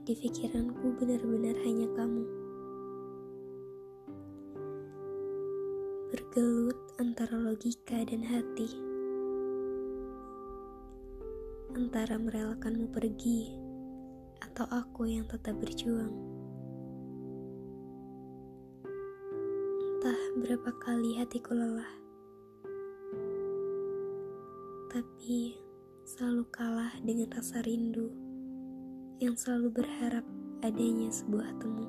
di pikiranku benar-benar hanya kamu. Bergelut antara logika dan hati, antara merelakanmu pergi atau aku yang tetap berjuang. Entah berapa kali hatiku lelah, tapi selalu kalah dengan rasa rindu yang selalu berharap adanya sebuah temu.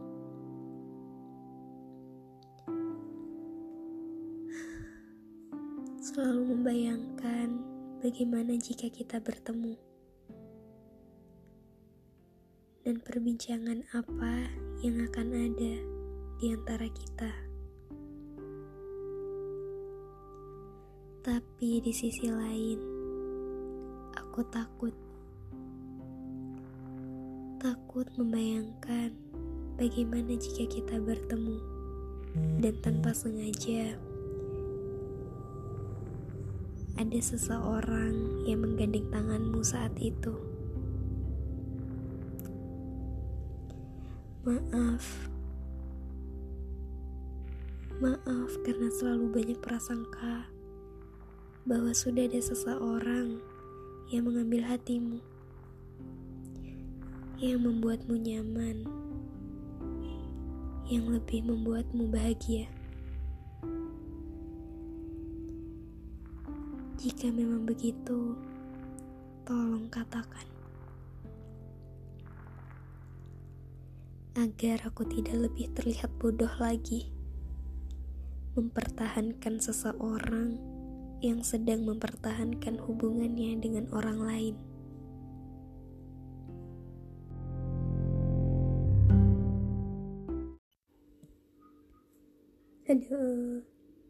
Selalu membayangkan bagaimana jika kita bertemu, dan perbincangan apa yang akan ada di antara kita. Tapi di sisi lain, aku takut membayangkan bagaimana jika kita bertemu dan tanpa sengaja ada seseorang yang menggandeng tanganmu saat itu. Maaf karena selalu banyak prasangka bahwa sudah ada seseorang yang mengambil hatimu, yang membuatmu nyaman, yang lebih membuatmu bahagia. Jika memang begitu, tolong katakan, agar aku tidak lebih terlihat bodoh lagi mempertahankan seseorang yang sedang mempertahankan hubungannya dengan orang lain. Aduh.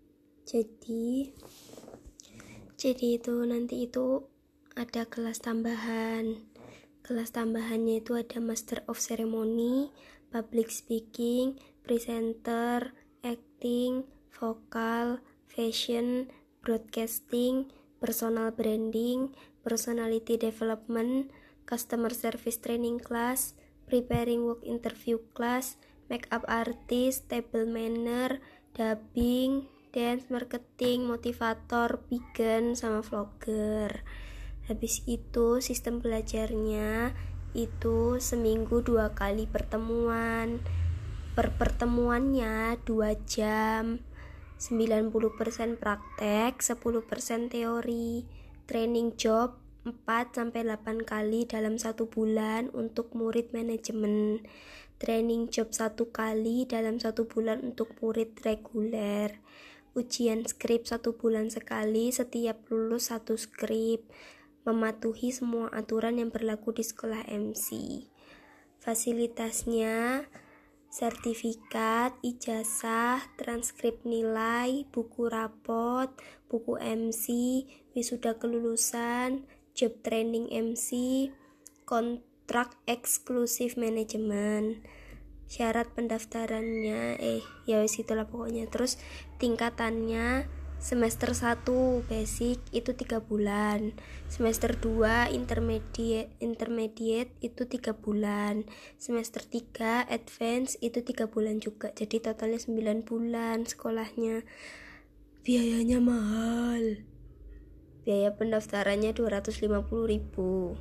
Jadi itu nanti itu ada kelas tambahan. Kelas tambahannya itu ada Master of Ceremony, Public Speaking, Presenter, Acting, Vokal, Fashion, Broadcasting, Personal Branding, Personality Development, Customer Service Training Class, Preparing Work Interview Class, Makeup Artist, Table Manner, Dubbing, Dance, Marketing, Motivator, Vegan, sama Vlogger. Habis itu sistem belajarnya itu seminggu 2 kali pertemuan. Per pertemuannya 2 jam, 90% praktek, 10% teori. Training job 4-8 kali dalam 1 bulan untuk murid manajemen. Training job 1 kali dalam 1 bulan untuk murid reguler. Ujian skrip 1 bulan sekali, setiap lulus 1 skrip. Mematuhi semua aturan yang berlaku di sekolah MC. Fasilitasnya sertifikat, ijazah, transkrip nilai, buku rapot, buku MC, wisuda kelulusan, job training MC, kontrak eksklusif manajemen. Syarat pendaftarannya ya wis itulah pokoknya. Terus tingkatannya semester 1 basic itu 3 bulan, semester 2 intermediate itu 3 bulan, semester 3 advance itu 3 bulan juga. Jadi totalnya 9 bulan sekolahnya. Biayanya mahal. Biaya pendaftarannya 250.000.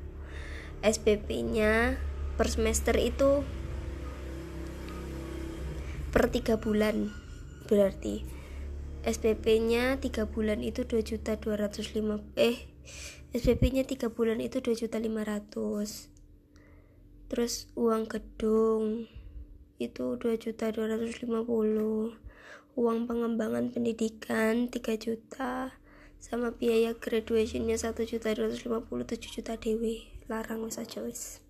SPP-nya per semester itu per 3 bulan. Berarti SPP-nya 3 bulan itu 2.250.000. SPP-nya 3 bulan itu 2.500.000. Terus uang gedung itu 2.250.000. Uang pengembangan pendidikan 3 juta. Sama biaya graduation-nya 1.250.000, 7 juta dewe. Larang wis aja wis.